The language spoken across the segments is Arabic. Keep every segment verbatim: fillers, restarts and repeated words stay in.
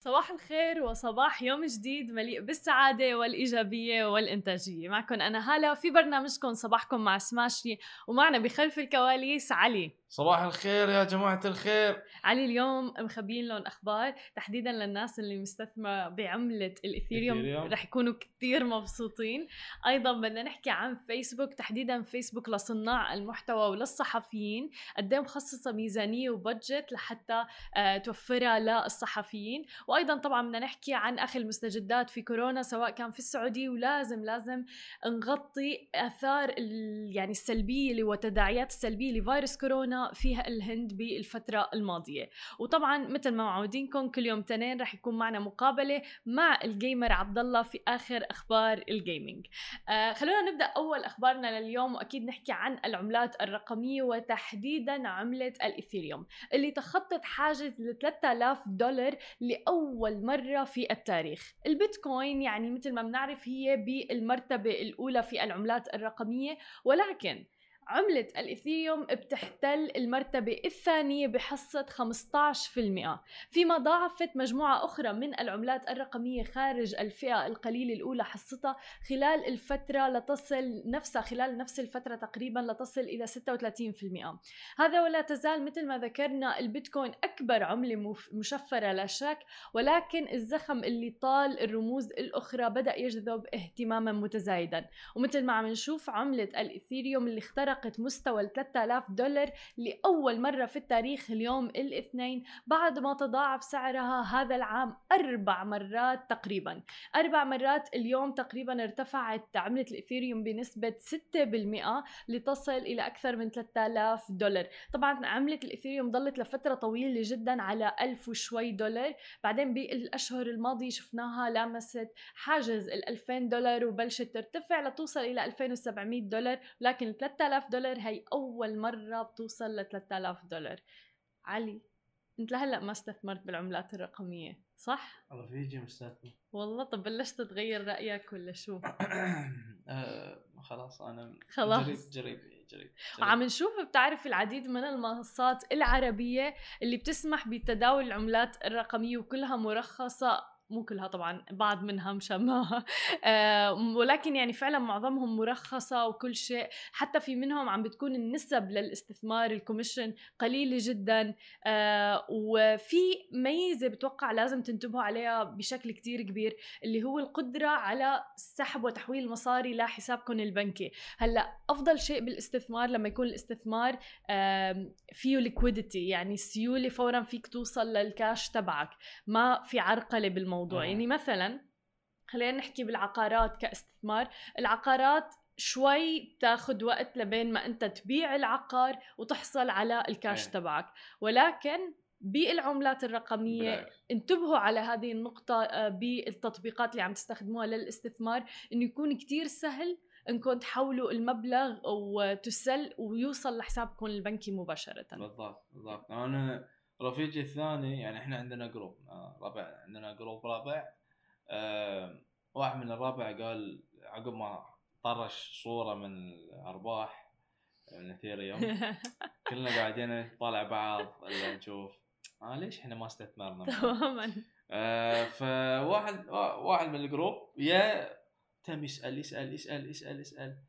صباح الخير وصباح يوم جديد مليء بالسعادة والإيجابية والإنتاجية. معكم أنا هالة في برنامجكم صباحكم مع سماشي، ومعنا بخلف الكواليس علي. صباح الخير يا جماعة الخير. علي اليوم مخبيين لهم أخبار تحديدا للناس اللي مستثمرة بعملة الإثيريوم، رح يكونوا كتير مبسوطين. أيضا بدنا نحكي عن فيسبوك، تحديدا فيسبوك لصناع المحتوى وللصحفيين، قدام مخصصة ميزانية وبادجت لحتى آه توفرها للصحفيين. وأيضا طبعا بدنا نحكي عن أخذ المستجدات في كورونا سواء كان في السعودية، ولازم لازم نغطي آثار يعني السلبية وتداعيات السلبية لفيروس كورونا فيها الهند بالفترة الماضية. وطبعا مثل ما معودينكم كل يوم تنين رح يكون معنا مقابلة مع الجيمر عبد الله في آخر أخبار الجيمنج. آه خلونا نبدأ أول أخبارنا لليوم، وأكيد نحكي عن العملات الرقمية وتحديدا عملة الإثيريوم اللي تخطت حاجز ل ثلاثة آلاف دولار لأول مرة في التاريخ. البيتكوين يعني مثل ما بنعرف هي بالمرتبة الأولى في العملات الرقمية، ولكن عملة الإثيريوم بتحتل المرتبة الثانية بحصة خمسة عشر بالمئة، فيما ضاعفت مجموعة أخرى من العملات الرقمية خارج الفئة القليلة الأولى حصتها خلال الفترة لتصل نفسها خلال نفس الفترة تقريبا لتصل إلى ستة وثلاثين بالمئة. هذا ولا تزال مثل ما ذكرنا البيتكوين أكبر عملة مشفرة لا شك، ولكن الزخم اللي طال الرموز الأخرى بدأ يجذب اهتماما متزايدا. ومثل ما عم نشوف عملة الإثيريوم اللي اخترق مستوى ال ثلاثة آلاف دولار لأول مرة في التاريخ اليوم الاثنين، بعد ما تضاعف سعرها هذا العام أربع مرات تقريبا أربع مرات اليوم تقريبا ارتفعت عملة الإثيريوم بنسبة ستة بالمئة لتصل إلى أكثر من ثلاثة آلاف دولار. طبعا عملة الإثيريوم ضلت لفترة طويلة جدا على ألف وشوي دولار، بعدين بالأشهر الماضية شفناها لامست حاجز ال ألفين دولار وبلشت ترتفع لتوصل إلى ألفين وسبعمئة دولار، لكن ثلاثة آلاف دولار هي أول مرة بتوصل ل ثلاثة آلاف دولار. علي، أنت لهلأ ما استثمرت بالعملات الرقمية صح؟ رفيجي مستثمر والله. طب بلشت تغير رأيك ولا شو؟ آه خلاص أنا خلاص جريب جريب جريب وعم نشوف بتعرف العديد من المنصات العربية اللي بتسمح بتداول العملات الرقمية وكلها مرخصة، مو كلها طبعا، بعض منها مشماها آه ولكن يعني فعلا معظمهم مرخصة وكل شيء. حتى في منهم عم بتكون النسب للاستثمار الكوميشن قليلة جدا. آه وفي ميزة بتوقع لازم تنتبهوا عليها بشكل كتير كبير، اللي هو القدرة على سحب وتحويل المصاري لحسابكم البنكي. هلأ أفضل شيء بالاستثمار لما يكون الاستثمار فيه ليكويديتي، يعني سيولة فورا فيك توصل للكاش تبعك، ما في عرقلة بالموضوع. موضوع. يعني مثلا خلينا نحكي بالعقارات كاستثمار، العقارات شوي تاخد وقت لبين ما انت تبيع العقار وتحصل على الكاش تبعك، ولكن بالعملات الرقمية بالعكس. انتبهوا على هذه النقطة بالتطبيقات اللي عم تستخدموها للاستثمار، انه يكون كتير سهل انكم تحولوا المبلغ وتسل ويوصل لحسابكم البنكي مباشرة. بالضبط بالضبط. انا رفيجي الثاني يعني احنا عندنا جروب رابع، عندنا جروب رابع. أه واحد من الرابع قال عقب ما طرش صورة من الأرباح من اثيريوم كلنا قاعدين نطالع بعض اللي نشوف آه ليش احنا ما استثمرنا تماما. أه فواحد واحد من الجروب يا تم يسأل يسأل يسأل يسأل يسأل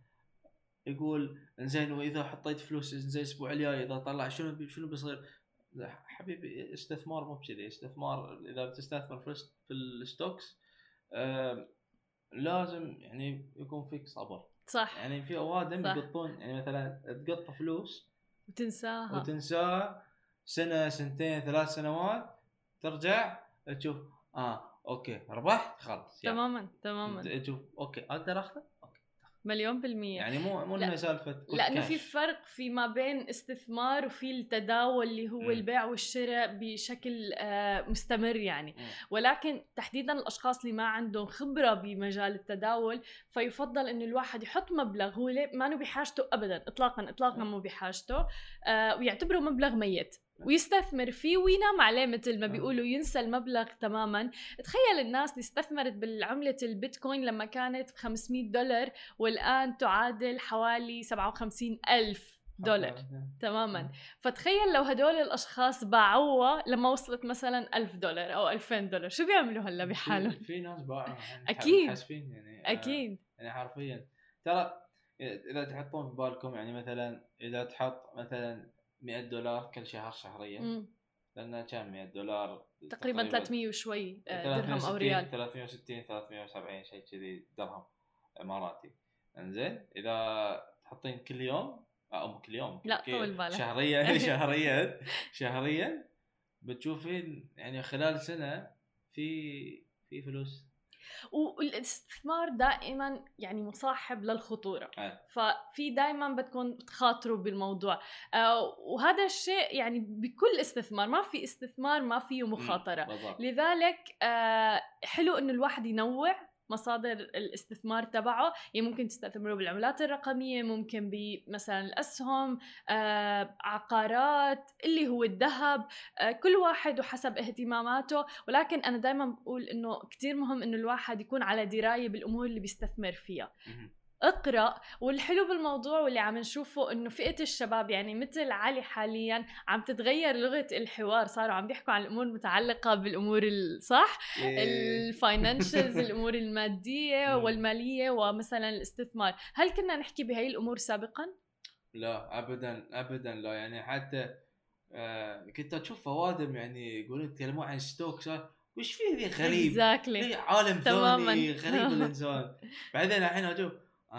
يقول انزين واذا حطيت فلوس انزين الاسبوع الجاي اذا طلع شنو شنو بيصير؟ حبيبي استثمار مو بكذي. استثمار اذا بتستثمر فلوس في الستوكس آه لازم يعني يكون فيك صبر. صح. يعني في اوادم يقطون، يعني مثلا تقط فلوس وتنساها وتنساها سنه سنتين ثلاث سنوات، ترجع تشوف اه اوكي ربحت خلاص تماما تماما تشوف اوكي اقدر اخذ مليون بالمية. يعني مو مو انه سالفه لانه في فرق في ما بين استثمار وفي التداول اللي هو م. البيع والشراء بشكل آه مستمر يعني م. ولكن تحديدا الاشخاص اللي ما عندهم خبره بمجال التداول فيفضل انه الواحد يحط مبلغ هو ما نو بحاجته ابدا اطلاقا اطلاقا مو بحاجته آه ويعتبره مبلغ ميت ويستثمر فيه وينام عليه مثل ما بيقولوا، ينسى المبلغ تماما. تخيل الناس اللي استثمرت بالعملة البيتكوين لما كانت بخمسمئة دولار والآن تعادل حوالي سبعة وخمسين ألف دولار تماما. فتخيل لو هدول الاشخاص باعوها لما وصلت مثلا ألف دولار او ألفين دولار، شو بيعملوا هلا بحالهم؟ في, في ناس باعوها يعني اكيد حاسبين يعني اكيد آه يعني حرفيا. ترى اذا تحطون في بالكم يعني مثلا اذا تحط مثلا مئة دولار كل شهر شهريا م. لأنه كان مئة دولار تقريبا ثلاثمية وشوي درهم أو ريال، ثلاثمية وستين ثلاثمية وسبعين شيء كذي درهم إماراتي. إنزين إذا تحطين كل يوم أو كل يوم لا طول بالك شهريا شهريا شهريا بتشوفين يعني خلال سنة في في فلوس. والاستثمار دائما يعني مصاحب للخطورة أه. ففي دائما بدكم تخاطروا بالموضوع آه وهذا الشيء يعني بكل استثمار، ما في استثمار ما فيه مخاطرة. لذلك آه حلو انه الواحد ينوع مصادر الاستثمار تبعه، يعني ممكن تستثمروا بالعملات الرقمية، ممكن بمثلا الأسهم، آه، عقارات، اللي هو الذهب، آه، كل واحد وحسب اهتماماته. ولكن أنا دايما بقول إنه كتير مهم إنه الواحد يكون على دراية بالأمور اللي بيستثمر فيها. اقرأ. والحلو بالموضوع واللي عم نشوفه انه فئة الشباب يعني مثل علي حاليا عم تتغير لغة الحوار، صاروا عم بيحكوا عن الامور المتعلقة بالامور الصح الفاينانشلز الامور المادية والمالية ومثلا الاستثمار. هل كنا نحكي بهاي الامور سابقا؟ لا ابدا ابدا لا. يعني حتى آه كنت اشوف فوادم يعني يقولون يتكلمون عن ستوكس، وش فيه ذي غريب exactly. عالم ثاني غريب الانسان. بعدين الحين اشوف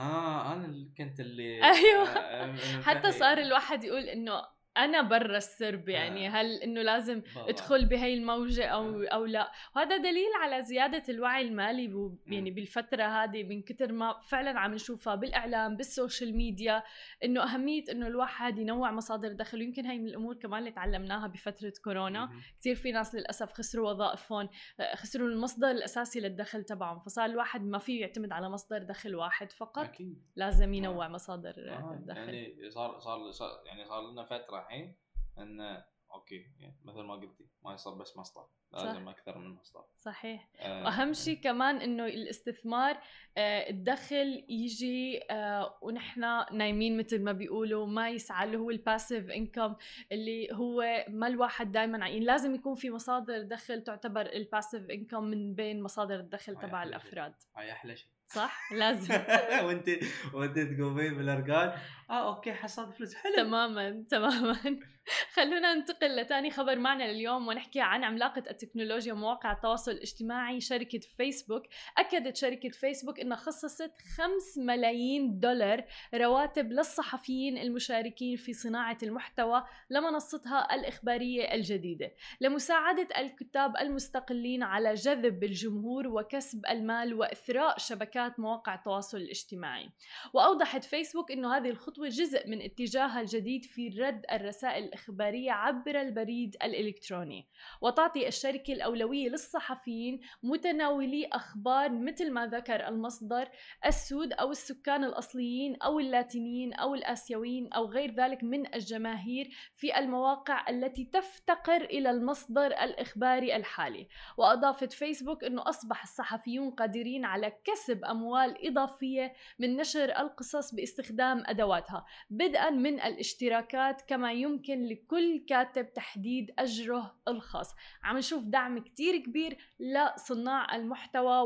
اه انا اللي كنت اللي ايوه آه حتى صار الواحد يقول انه انا برا السرب، يعني آه. هل انه لازم بابا. ادخل بهي الموجة او آه. او لا. وهذا دليل على زيادة الوعي المالي يعني بالفترة هذه، من كتر ما فعلا عم نشوفها بالاعلام بالسوشيال ميديا انه اهمية انه الواحد ينوع مصادر دخل. ويمكن هاي من الامور كمان اللي تعلمناها بفترة كورونا. م- كتير في ناس للاسف خسروا وظائفهم، خسروا المصدر الاساسي للدخل تبعهم، فصار الواحد ما فيه يعتمد على مصدر دخل واحد فقط. أكيد. لازم ينوع آه. مصادر آه. الدخل. يعني صار صار يعني صار لنا فترة الحين ان اوكي يعني مثل ما قلتي ما يصير بس مصدر، لازم صح. اكثر من مصدر. صحيح. آه واهم شيء يعني. كمان انه الاستثمار آه الدخل يجي آه ونحن نايمين مثل ما بيقولوا، ما يسعى اللي هو الباسيف انكم اللي هو ما الواحد دائما يعني لازم يكون في مصادر دخل تعتبر الباسيف انكم من بين مصادر الدخل تبع الافراد. هاي احلى شيء صح لازم. وانت وانت تقومين بالارقام اه اوكي حصلت فلوس حلو تماما تماما. خلونا ننتقل لتاني خبر معنا لليوم ونحكي عن عملاقة التكنولوجيا ومواقع التواصل الاجتماعي شركة فيسبوك. أكدت شركة فيسبوك أنها خصصت خمس ملايين دولار رواتب للصحفيين المشاركين في صناعة المحتوى لمنصتها الإخبارية الجديدة، لمساعدة الكتاب المستقلين على جذب الجمهور وكسب المال وإثراء شبكات مواقع التواصل الاجتماعي. وأوضحت فيسبوك أنه هذه الخطوة جزء من اتجاهها الجديد في رد الرسائل الإخبارية عبر البريد الإلكتروني، وتعطي الشركة الأولوية للصحفيين متناولي أخبار مثل ما ذكر المصدر السود أو السكان الأصليين أو اللاتينيين أو الآسيويين أو غير ذلك من الجماهير في المواقع التي تفتقر إلى المصدر الإخباري الحالي. وأضافت فيسبوك أنه أصبح الصحفيون قادرين على كسب أموال إضافية من نشر القصص باستخدام أدواتها، بدءا من الاشتراكات، كما يمكن لكل كاتب تحديد أجره الخاص. عم نشوف دعم كتير كبير لصناع المحتوى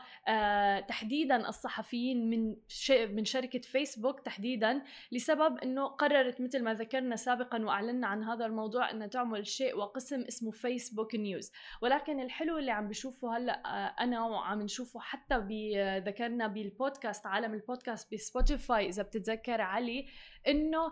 وتحديدا الصحفيين من من شركة فيسبوك تحديدا، لسبب أنه قررت مثل ما ذكرنا سابقا وأعلنا عن هذا الموضوع أنها تعمل شيء وقسم اسمه فيسبوك نيوز. ولكن الحلو اللي عم بشوفه هلأ أنا وعم نشوفه حتى ذكرنا بالبودكاست عالم البودكاست بسبوتيفاي إذا بتتذكر علي، إنه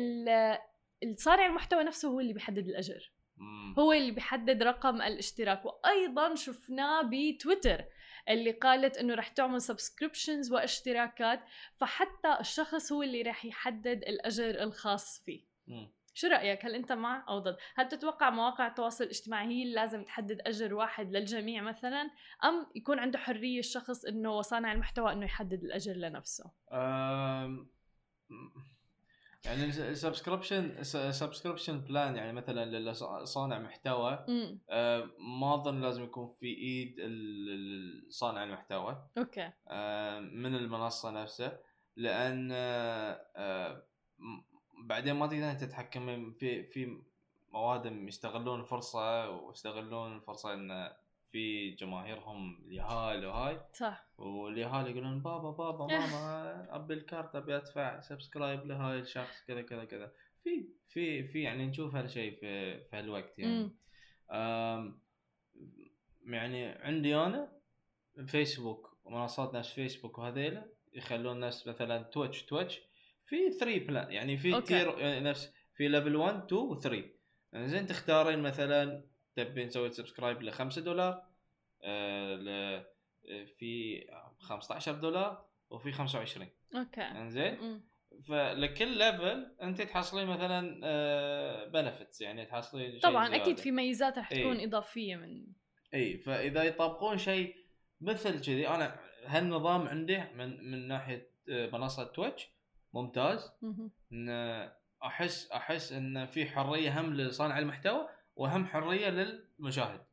الصانع المحتوى نفسه هو اللي بيحدد الأجر، هو اللي بيحدد رقم الاشتراك. وأيضا شفناه بتويتر اللي قالت إنه رح تعمل سبسكريبشنز واشتراكات، فحتى الشخص هو اللي رح يحدد الأجر الخاص فيه. م. شو رأيك؟ هل أنت مع أو ضد؟ هل تتوقع مواقع التواصل الاجتماعي هي اللي لازم تحدد أجر واحد للجميع مثلا، أم يكون عنده حرية الشخص إنه صانع المحتوى إنه يحدد الأجر لنفسه؟ أم... يعني السبسكريبشن سبسكريبشن بلان يعني مثلا لصانع محتوى أه ما أظن لازم يكون في إيد صانع المحتوى أوكي. أه من المنصة نفسها، لأن أه بعدين ما تقدر تتحكم في في موادم يستغلون الفرصه ويستغلون الفرصه ان في جماهيرهم اليهال وهاي صح، واليهال يقولون بابا بابا ماما ابي الكارت ابي ادفع سبسكرايب لهاي الشخص كذا كذا كذا. في في في يعني نشوف هالشيء في في هالوقت يعني. أم يعني عندي انا فيسبوك ومنصات نفس فيسبوك وهذيلا يخلون نفس مثلا تويتش تويتش في ثلاثة بلان يعني في تير يعني نفس في ليفل واحد اثنين و ثلاثة. يعني زين تختارين مثلا تبين تسوي سبسكرايب ل خمسة دولار آه ل في خمسة عشر دولار وفي خمسة وعشرين. اوكي زين فلكل ليفل انت تحصلين مثلا آه بنفتس يعني تحصلين شيء طبعا زيادة. اكيد في ميزات رح تكون ايه. اضافيه من اي فاذا يطبقون شيء مثل كذي انا هالنظام عندي من من ناحيه منصه تويتش ممتاز. ان احس احس ان في حريه هم لصانع المحتوى وهم حريه للمشاهد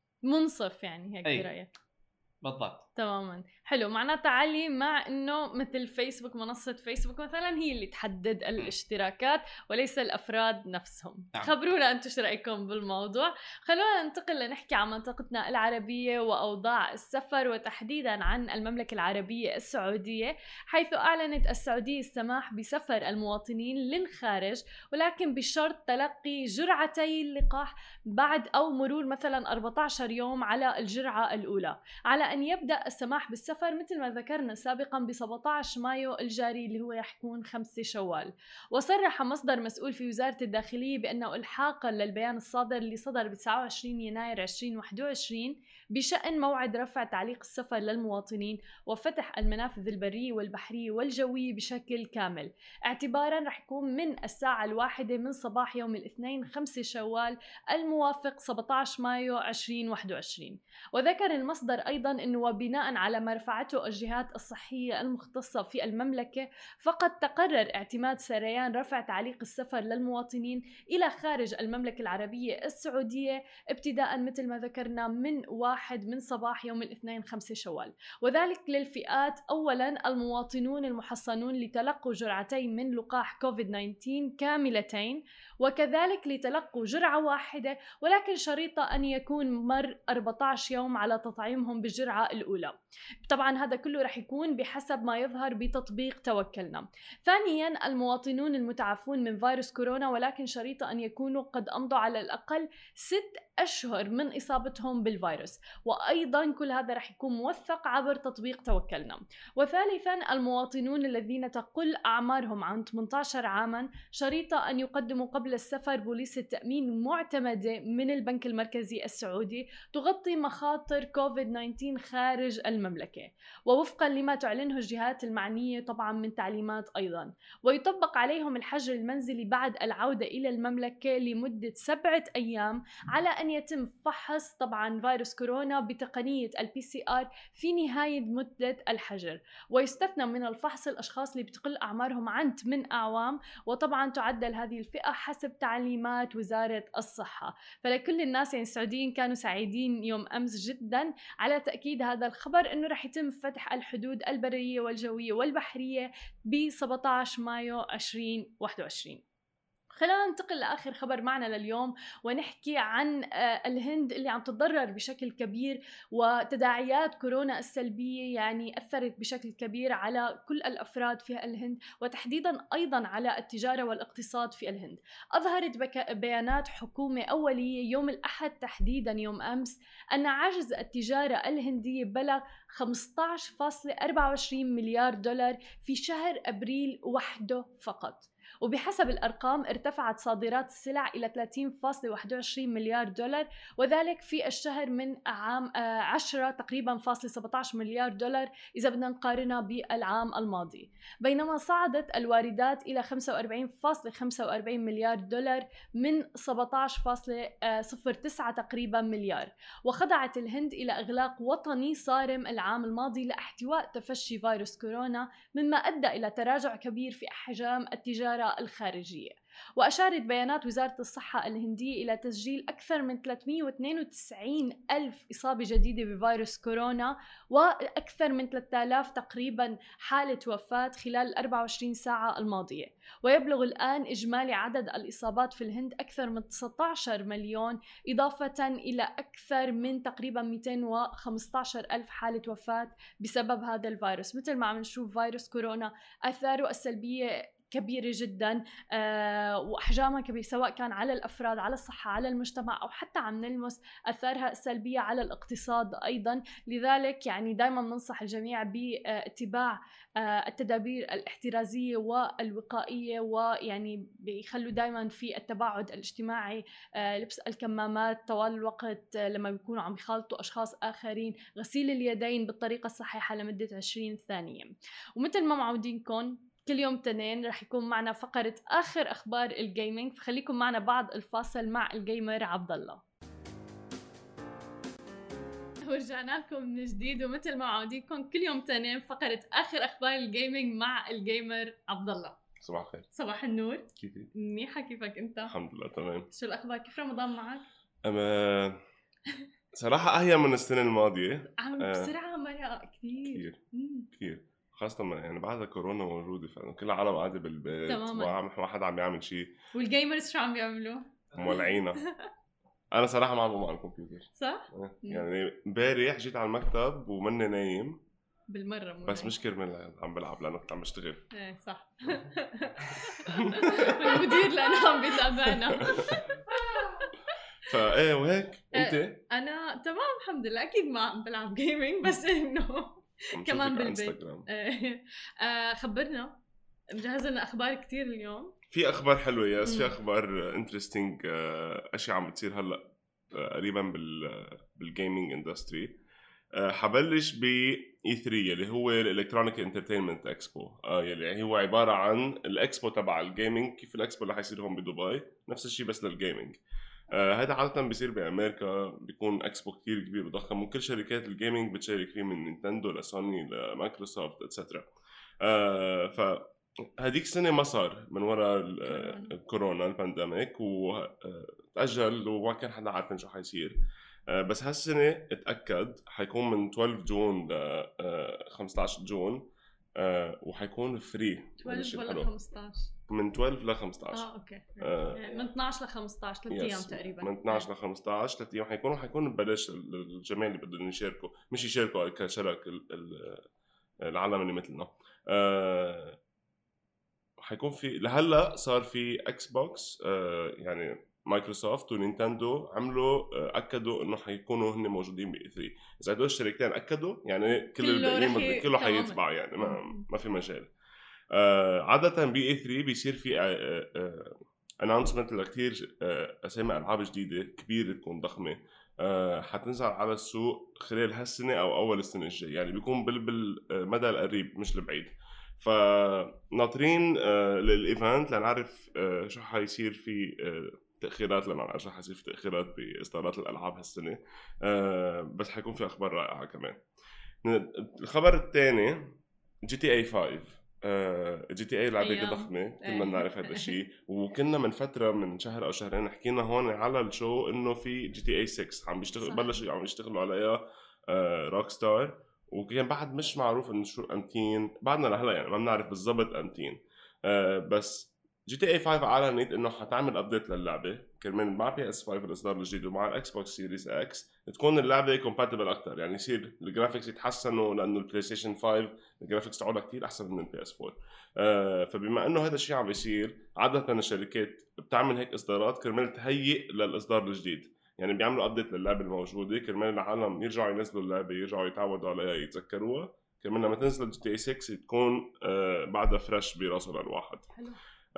منصف يعني هيك برايك؟ بالضبط تماما. حلو، معناتها علي مع انه مثل فيسبوك منصة فيسبوك مثلا هي اللي تحدد الاشتراكات وليس الافراد نفسهم. نعم. خبرونا انتم شو رايكم بالموضوع. خلونا ننتقل لنحكي عن منطقتنا العربية واوضاع السفر وتحديدا عن المملكة العربية السعودية، حيث اعلنت السعودية السماح بسفر المواطنين للخارج ولكن بشرط تلقي جرعتي اللقاح بعد او مرور مثلا أربعة عشر يوم على الجرعة الاولى، على ان يبدأ السماح بالسفر مثل ما ذكرنا سابقا ب سبعة عشر مايو الجاري اللي هو رح يكون خمسة شوال. وصرح مصدر مسؤول في وزارة الداخلية بأنه إلحاقا للبيان الصادر اللي صدر ب تسعة وعشرين يناير ألفين وواحد وعشرين بشأن موعد رفع تعليق السفر للمواطنين وفتح المنافذ البرية والبحرية والجوية بشكل كامل، اعتبارا رح يكون من الساعة الواحدة من صباح يوم الاثنين خمسة شوال الموافق سبعة عشر مايو ألفين وواحد وعشرين. وذكر المصدر أيضا أنه وبناء على ما رفعته الجهات الصحية المختصة في المملكة فقد تقرر اعتماد سريان رفع تعليق السفر للمواطنين إلى خارج المملكة العربية السعودية ابتداء مثل ما ذكرنا من واحد من صباح يوم الاثنين خمسة شوال، وذلك للفئات أولا المواطنون المحصنون لتلقوا جرعتين من لقاح كوفيد تسعة عشر كاملتين، وكذلك لتلقوا جرعة واحدة ولكن شريطة أن يكون مر أربعة عشر يوم على تطعيمهم بالجرعة الأولى. طبعا هذا كله رح يكون بحسب ما يظهر بتطبيق توكلنا. ثانيا المواطنون المتعافون من فيروس كورونا ولكن شريطة أن يكونوا قد أمضوا على الأقل ست أشهر من إصابتهم بالفيروس، وأيضا كل هذا رح يكون موثق عبر تطبيق توكلنا. وثالثا المواطنون الذين تقل أعمارهم عن ثمانية عشر عاما شريطة أن يقدموا قبل السفر بوليصة تأمين معتمدة من البنك المركزي السعودي تغطي مخاطر كوفيد تسعة عشر خارج المملكة، ووفقا لما تعلنه الجهات المعنية طبعا من تعليمات أيضا. ويطبق عليهم الحجر المنزلي بعد العودة إلى المملكة لمدة سبعة أيام على أن يتم فحص طبعا فيروس كورونا بتقنية البي سي آر في نهاية مدة الحجر. ويستثنى من الفحص الأشخاص اللي بتقل أعمارهم عن ثمانية أعوام، وطبعا تعدل هذه الفئة حسب تعليمات وزارة الصحة. فلكل الناس يعني السعوديين كانوا سعيدين يوم أمس جدا على تأكيد هذا الخبر أنه رح يتم فتح الحدود البرية والجوية والبحرية ب سبعة عشر مايو ألفين وواحد وعشرين. خلينا ننتقل لآخر خبر معنا لليوم ونحكي عن الهند اللي عم تتضرر بشكل كبير، وتداعيات كورونا السلبية يعني أثرت بشكل كبير على كل الأفراد في الهند وتحديدا أيضا على التجارة والاقتصاد في الهند. أظهرت بيانات حكومة أولية يوم الأحد تحديدا يوم أمس أن عجز التجارة الهندية بلغ خمسة عشر فاصلة أربعة وعشرين مليار دولار في شهر أبريل وحده فقط. وبحسب الأرقام ارتفعت صادرات السلع إلى ثلاثين فاصلة واحد وعشرين مليار دولار، وذلك في الشهر من عام عشرة تقريبا فاصلة سبعة عشر مليار دولار إذا بدنا نقارنها بالعام الماضي، بينما صعدت الواردات إلى خمسة وأربعين فاصلة خمسة وأربعين مليار دولار من سبعة عشر فاصلة صفر تسعة تقريبا مليار. وخضعت الهند إلى إغلاق وطني صارم العام الماضي لاحتواء تفشي فيروس كورونا، مما أدى إلى تراجع كبير في أحجام التجارة المنطقة الخارجية. وأشارت بيانات وزارة الصحة الهندية إلى تسجيل أكثر من ثلاثمئة واثنين وتسعين ألف إصابة جديدة بفيروس كورونا، وأكثر من ثلاثة آلاف تقريبا حالة وفاة خلال الأربع وعشرين ساعة الماضية. ويبلغ الآن إجمالي عدد الإصابات في الهند أكثر من تسعة عشر مليون، إضافة إلى أكثر من تقريبا مئتين وخمسة عشر ألف حالة وفاة بسبب هذا الفيروس. مثل ما عم نشوف فيروس كورونا آثاره السلبية كبيرة جدا، أه وأحجامها كبيرة، سواء كان على الأفراد، على الصحة، على المجتمع، أو حتى عم نلمس أثارها السلبية على الاقتصاد أيضا. لذلك يعني دائما ننصح الجميع باتباع أه التدابير الاحترازية والوقائية، ويعني بيخلوا دائما في التباعد الاجتماعي، أه لبس الكمامات طوال الوقت أه لما بيكونوا عم يخالطوا أشخاص آخرين، غسيل اليدين بالطريقة الصحيحة لمدة عشرين ثانية. ومثل ما معودينكم كل يوم تنين رح يكون معنا فقرة آخر أخبار الجيمنج، فخليكم معنا بعد الفاصل مع الجيمر عبد الله. ورجعنا لكم من جديد، ومثل ما عوديكم كل يوم تنين فقرة آخر أخبار الجيمنج مع الجيمر عبد الله. صباح الخير. صباح النور. كيفك؟ منيحة، كيفك أنت؟ الحمد لله تمام. شو الأخبار؟ كيف رمضان معك؟ أما صراحة أهيا من السنة الماضية. عم بسرعة مرة كثير كثير كثير، خاصة يعني بعد كورونا موجودة، فكل العالم قاعدة بالبيت تماما، ما حدا عم يعمل شيء. والجيمرز شو عم بيعملوا؟ مولعينا. أنا صراحة ما عم بقوم على الكمبيوتر. صح؟ يعني امبارح جيت على المكتب ومني نايم بالمرة مو بس مش كرمال عم بلعب لأنه كنت عم بشتغل. ايه صح. المدير لأنه عم بيتابعنا. فايه وهيك انت؟ انا تمام الحمد لله، اكيد ما عم بلعب جيمنج بس انه كمان بالبيت. آه خبرنا، مجهز لنا اخبار كتير اليوم. في اخبار حلوه ياس، في اخبار انترستينج، اشياء عم بتصير هلا قريبا بال بالجيمنج اندستري. حبلش ب إي ثري اللي هو الالكترونيك انترتينمنت اكسبو، اه يلي هو عباره عن الاكسبو تبع الجيمنج، كيف الاكسبو اللي حيصير هون بدبي نفس الشيء بس للجيمنج. هذا آه عادة بيصير بأمريكا، بيكون اكسبو كتير كبير وضخم، وكل شركات الجيمنج بتشارك فيه من نينتندو لسوني لمايكروسوفت اتسترا. آه فهديك السنة ما صار من وراء الكورونا البانديميك، وتأجل وما كان حدا عارفين شو حيصير. آه بس هالسنة اتأكد حيكون من اثناشر جون ل خمسة عشر جون، آه وحيكون فري. اثناشر ولا خمسة عشر؟ من اثناشر ل خمسة عشر. اه اوكي. آه من اثناشر ل خمسة عشر ثلاث ايام تقريبا. من اثناشر ل خمسة عشر ثلاث ايام حيكونوا حيكون ببلاش للجميع اللي بدهم يشاركوا، مش يشاركوا كشرك العالم اللي مثلنا. آه حيكون في لهلا صار في اكس بوكس، آه يعني مايكروسوفت ونينتندو عملوا آه اكدوا انه حيكونوا هن موجودين ب إي ثري. اذا هدول الشركتين اكدوا يعني كل الباقيين كله حيتبع، يعني ما, ما في مجال. آه عادة ب إي ثري بيصير في آه آه اناونسمنت لكتير آه اسامي العاب جديدة كبيرة تكون ضخمة، آه حتنزل على السوق خلال هالسنة او اول السنة الجاي، يعني بيكون بالمدى القريب مش البعيد. فناطرين آه للايفنت لنعرف آه شو حيصير في آه تأخيرات، لما نعرف شو حيصير في تأخيرات بإصدارات الألعاب هالسنة. آه بس حيكون في أخبار رائعة كمان. الخبر الثاني جي تي اي خمسة. آه جي تي اي لعبة ضخمة كلنا بنعرف هذا الشيء، وكنا من فترة من شهر أو شهرين حكينا هون على الشو إنه في جي تي اي ستة عم بيشتغل، بلشوا عم يشتغلوا عليها آه روك ستار، وكان بعد مش معروف إنه شو أمتين، بعدنا لهلا يعني ما بنعرف بالضبط أمتين. آه بس جي تي اي خمسة اعلنت انه حتعمل ابديت للعبه كرمال مع بي اس خمسة الاصدار الجديد ومع الاكس بوكس سيريز اكس تكون اللعبه كومباتبل اكثر، يعني يصير الجرافيكس يتحسنوا، لانه البلاي ستيشن خمسة الجرافيكس تاعها كثير احسن من البي اس أربعة. آه فبما انه هذا الشيء عم بيصير، عاده الشركات بتعمل هيك اصدارات كرمال تهيئ للاصدار الجديد، يعني بيعملوا ابديت للعبه الموجوده كرمال العالم يرجعوا ينزلوا اللعبه، يرجعوا يتعودوا عليها، يتذكروها، كرمال لما تنزل جي تي اي ستة تكون آه بعدها فريش براسه للواحد. حلو.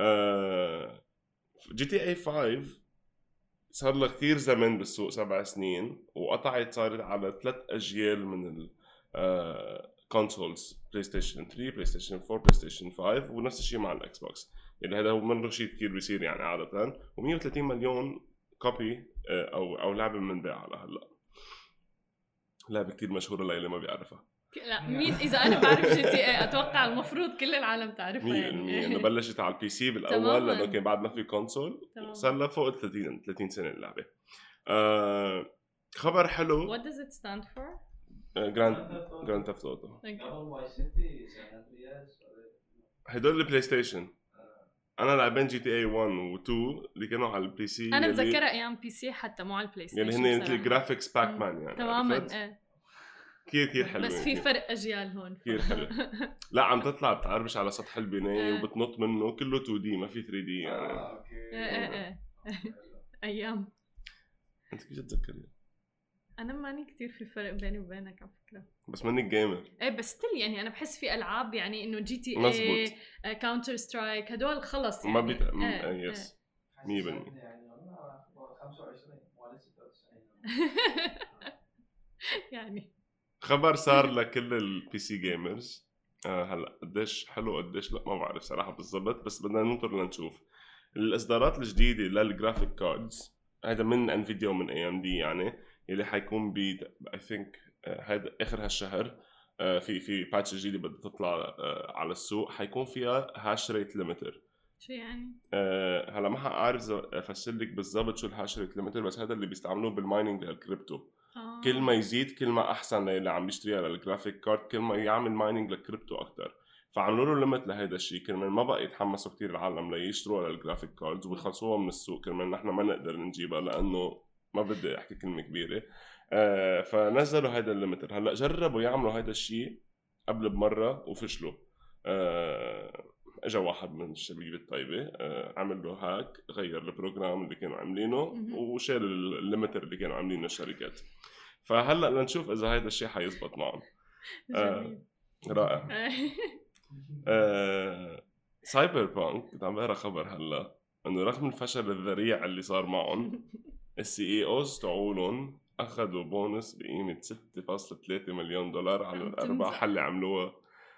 آه جي تي اي خمسة صار له كثير زمن بالسوق، سبع سنين، وقطعت صارت على ثلاث اجيال من الكونسولز، بلاي ستيشن ثلاثة، بلاي ستيشن أربعة، بلاي ستيشن خمسة، ونفس الشيء مع الاكس بوكس. يعني هذا هو منه شيء كثير بيصير يعني عاده، ومية وثلاثين مليون كوبي او او لعبه منباعه لهلا. لعبه كثير مشهوره للي ما بيعرفها. لا مين اذا انا بعرف جي تي اي اتوقع المفروض كل العالم تعرفها يعني. انه بلشت على البي سي بالاول لانه كان بعد ما في كونسول، صار لها فوق ثلاثين ثلاثين سنه اللعبه. آه خبر حلو. What does it stand for? جراند جراند ثيفت اوتو. هدول البلاي ستيشن. انا لعبين جي تي اي واحد و اثنين اللي كانوا على البي سي. انا متذكره ايام بي سي حتى مو على البلاي ستيشن يعني هن مثل جرافيكس باك مان يعني تماما. ايه كثير كثير حلوه. بس في فرق اجيال هون كثير حلو. لا عم تطلع بتعربش على سطح البنايه وبتنط منه كله تو دي ما في ثري دي يعني. اه اوكي. ايه ايه ايام. انت كيف تتذكري؟ انا ماني كتير في فرق بيني وبينك على فكره. بس ماني جيمر. ايه بس تل يعني انا بحس في العاب يعني انه جي تي اي كاونتر سترايك هدول خلص يعني ما بيت اه يس مية بالمية يعني انا خمسة وعشرين ولا ستة وتسعين يعني. خبر صار لكل البي سي جيمرز. آه هلا قديش حلو قديش لا ما بعرف صراحه بالضبط، بس بدنا ننطر لنشوف الاصدارات الجديده للجرافيك كاردز. هذا من انفيديا ومن اي ام دي يعني اللي حيكون ب اي ثينك هذا اخر هالشهر. آه في في باتش جديده بدها تطلع آه على السوق حيكون فيها هاش ريت ليميتر. شو يعني؟ آه هلا ما حاعرف افسر لك بالضبط شو الهاش ريت ليميتر، بس هذا اللي بيستعملوه بالمايننج للكريبتو. آه. كل ما يزيد كل ما احسن اللي عم يشتريها للجرافيك كارد، كل ما يعمل مايننج للكريبتو اكثر. فعملوا له ليميت لهذا الشيء كرمال ما بقى يتحمسوا كثير العالم ليشتروها للجرافيك كاردز ويخلصوها من السوق كرمال نحن ما نقدر نجيبها لانه ما بدي احكي كلمه كبيره. آه فنزلوا هذا الليميتر. هلا جربوا يعملوا هذا الشيء قبل بمره وفشلوا. آه اجى واحد من الشبيبه الطيبه آه عمل له هاك، غير البروجرام اللي كانوا عاملينه وشال الليميتر اللي كانوا عاملينه الشركات. فهلا لنشوف اذا هذا الشيء حيزبط معهم. آه رائع. آه سايبر بانك كنت عم بقرا خبر هلا انه رغم الفشل الذريع اللي صار معهم السي اي اوز تاعولن اخذوا بونس بقيمه ستة فاصلة ثلاثة مليون دولار على الارباح اللي عملوها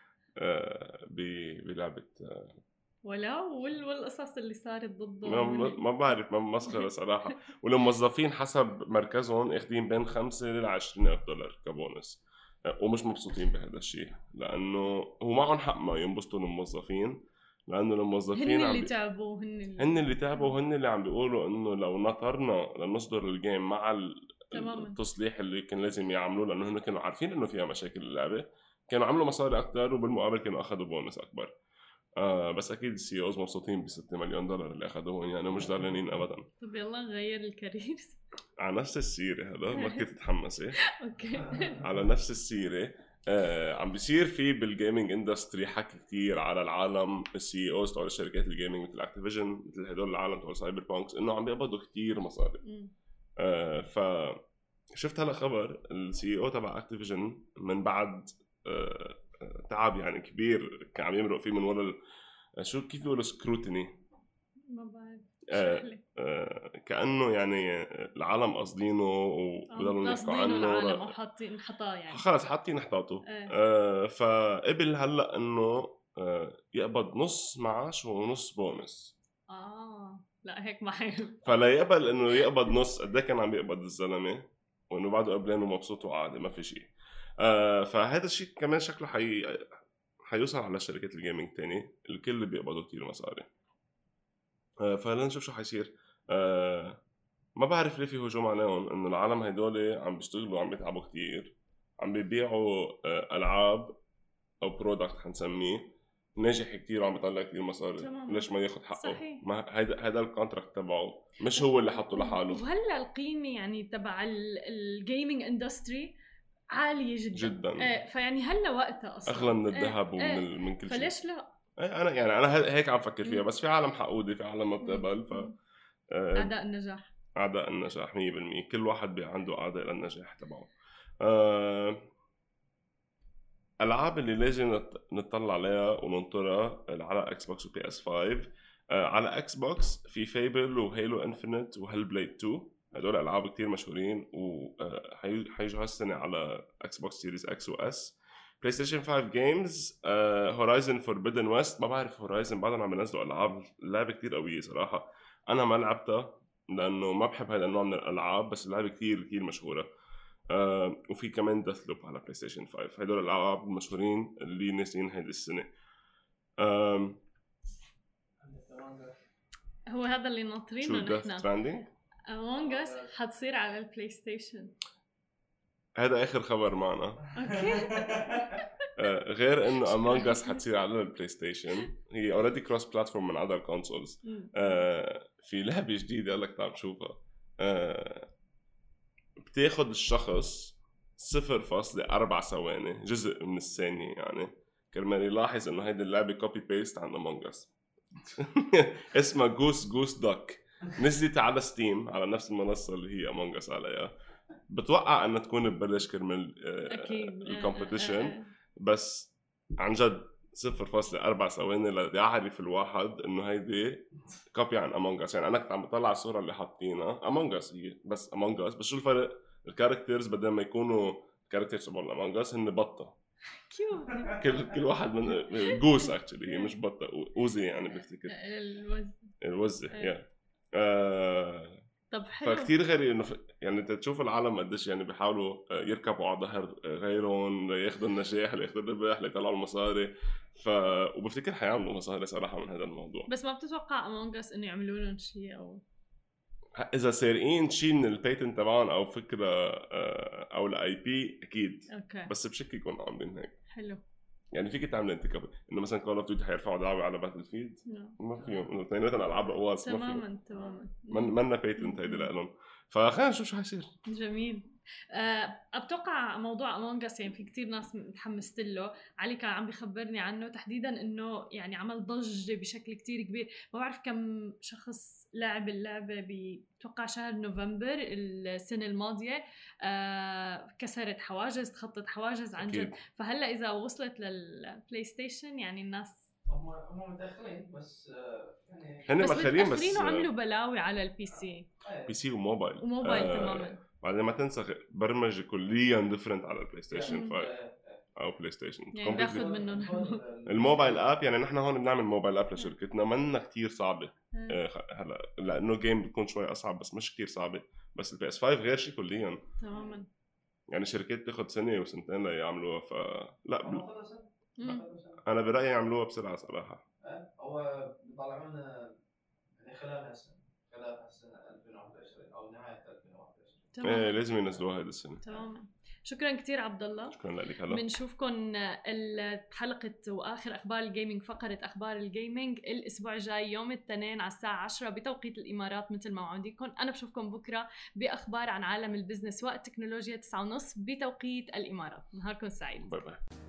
آه بلعبه آه ولا والقصص اللي صارت ضده ما, ما بعرف ما مسخره صراحه. والموظفين حسب مركزهم اخذين بين خمسة لعشرين ألف دولار كبونس ومش مبسوطين بهذا الشيء لانه هو معهم حق ما ينبسطوا الموظفين لانه الموظفين هن اللي تعبوا هن اللي هن اللي تعبوا هن اللي عم بيقولوا انه لو نطرنا لنصدر الجيم مع التصليح اللي كان لازم يعملوه لانه هن كانوا عارفين انه فيها مشاكل اللعبه كانوا عملوا مصاري اكثر وبالمقابل كانوا اخذوا بونس اكبر. آه بس اكيد السي اوز مبسوطين ب ستة مليون دولار اللي اخذوهم يعني مش ضررانين ابدا. طب يلا نغير الكاريرز على نفس السيره هذا ما كنت تتحمسي. اوكي على نفس السيره آه عم بيصير في بالجيمنج اندستري حكي كتير على العالم السي اوز تبع الشركات الجيمنج مثل اكتيفيجن مثل هدول العالم تبع سايبر بانكس انه عم بيقبضوا كتير مصاري. آه ف شفت هلا خبر السي او تبع اكتيفيجن من بعد آه تعب يعني كبير كان عم يمرق فيه من ورا شو كيف بيقولوا سكروتيني ما بعرف آه آه كأنه يعني العالم قاصدينه وبدلوا يحكوا عنه العالم حاطين حطاه يعني خلص حاطين حطاته. آه. آه فقبل هلا انه آه يقبض نص معاش ونص بونس. اه لا هيك ما حلو. فلا يقبل انه يقبض نص قد ايه كان عم يقبض الزلمه وانه بعده قبلين ومبسوط وعادي ما في شيء. آه فهذا الشيء كمان شكله حي... حيوصل على شركات الجيمنج تاني الكل بيقبضوا كتير مصاري. آه فلن نشوف شو حيصير. آه ما بعرف ليه في هجوم عليهم انه العالم هيدول عم بيشتغلوا عم بيتعبوا كتير عم بيبيعوا آه العاب او برودكت حنسميه ناجح كتير وعم بيطلع كتير مصاري. ليش ما ياخد حقه؟ صحيح. ما هيدا هيدا الكونتراكت تبعه مش هو اللي حطه لحاله. وهلا القيمه يعني تبع الجيمنج اندستري عاليه جدا جدا ايه فيعني هلا وقتها اصلا اغلى من الذهب ايه ومن ايه من كل شيء. فليش لا ايه انا يعني انا هيك عم فكر فيها بس في عالم حقودي في عالم ما بتقبل. ف اعداء النجاح اعداء النجاح مية بالمية كل واحد بي عنده اعداء للنجاح تبعه. أه... العاب اللي لازم نطلع عليها وننطرها على اكس بوكس وبي اس خمسة. أه على اكس بوكس في فيبل وهيلو انفينيت وهيل بليد اثنين هدول العاب كتير مشهورين وحيجوا هالسنه على اكس بوكس سيريز اكس واس. بلاي ستيشن خمسة جيمز هورايزن فوربيدن ويست. ما بعرف هورايزن بعدهم عم ينزلوا العاب اللعبه كتير قويه صراحه انا ما لعبتها لانه ما بحب هذا النوع من الالعاب بس اللعبه كتير كتير مشهوره. آه وفي كمان ديث لوب على بلاي ستيشن خمسة. هدول الالعاب المشهورين اللي نازلين هيدي السنه. آه هو هذا اللي ناطرينه نحن. شو Death Stranding؟ Among Us حتصير على البلاي ستيشن. هذا اخر خبر معنا. اوكي. آه غير انه Among Us حتصير على البلاي ستيشن، هي اوريدي كروس بلاتفورم من other consoles. آه في لعبه جديده قال لك تعال شوفها. آه بتاخد الشخص صفر فاصلة أربعة ثواني، جزء من الثانية يعني، كرمال يلاحظ انه هيدي اللعبة كوبي بيست عن Among Us. اسمها جوس جوس دوك، نزلت على ستيم على نفس المنصة اللي هي Among Us عليها. بتوقع انها تكون ببلش كرمال الكومبيتيشن، بس عن جد صفر فاصلة أربعة ثواني ليعرف الواحد انه هيدي كوبي عن Among Us. يعني انا كنت عم بطلع الصورة اللي حاطينها Among Us هي بس Among Us، بس شو الفرق؟ الكاركترز بدل ما يكونوا كاركترز تبع Among Us هن بطة. كل كل واحد من جوس اكشلي، هي مش بطة، اوزي يعني بفتكر الوز الوزة يا آه طب حلو. فكتير غريب انه يعني انت تشوف العالم قديش يعني بيحاولوا يركبوا على ظهر غيرهم لياخذوا النجاح لياخذوا الربح ليطلعوا المصاري، ف وبفتكر حيعملوا مصاري صراحه من هذا الموضوع. بس ما بتتوقع Among Us انه يعملوا لهم شيء؟ او اذا سارقين شيء من البيتنت تبعهم او فكره او الاي بي اكيد. أوكي. بس بشكل يكونوا عاملين هيك حلو. يعني فيك تعمل انت قبل انه مثلا كول اوف ديوتي حيرفعوا دعوه على باتل فيلد، ما فيهم انه اثنيناتهم العاب رواس تماما تماما من منا بيتنت هيدي لهم، فخلينا نشوف شو حيصير. جميل. أه اتوقع موضوع Among Us يعني في كتير ناس متحمست له. علي كان عم بيخبرني عنه تحديدا انه يعني عمل ضجه بشكل كتير كبير. ما بعرف كم شخص لعب اللعبه، بتوقع شهر نوفمبر السنه الماضيه. أه كسرت حواجز، تخطت حواجز عن جد. فهلا اذا وصلت للبلاي ستيشن يعني الناس هم هم متاخرين، بس يعني هن متاخرين، بس عملوا بلاوي على البي سي بي سي وموبايل وموبايل آه تماما. بعدين ما تنسى برمجه كليا ديفرنت على البلاي ستيشن خمسة او بلاي ستيشن يعني باخذ منهم الموبايل اب. يعني نحن هون بنعمل موبايل اب لشركتنا، منا كتير صعبه هلا لانه جيم بتكون شوي اصعب بس مش كتير صعبه. بس البي اس خمسة غير شيء كليا تماما. يعني شركات تاخذ سنه وسنتين ليعملوها، فلا بل... انا برايي يعملوها بسرعه صراحه. هو بيطلعوا لنا يعني خلال هالسنه خلال هالسنه ألفين وواحد وعشرين او نهايه ألفين وواحد وعشرين. ايه لازم ينزلوها هذه السنه. تماما. شكرا كتير عبد الله. شكرا لك. هلا بنشوفكم حلقه واخر اخبار الجيمنج، فقره اخبار الجيمنج الاسبوع الجاي يوم الاثنين على الساعه عشرة بتوقيت الامارات مثل ما وعدتكم. انا بشوفكم بكره باخبار عن عالم البزنس والتكنولوجيا تسعة ونص بتوقيت الامارات. نهاركم سعيد. باي باي.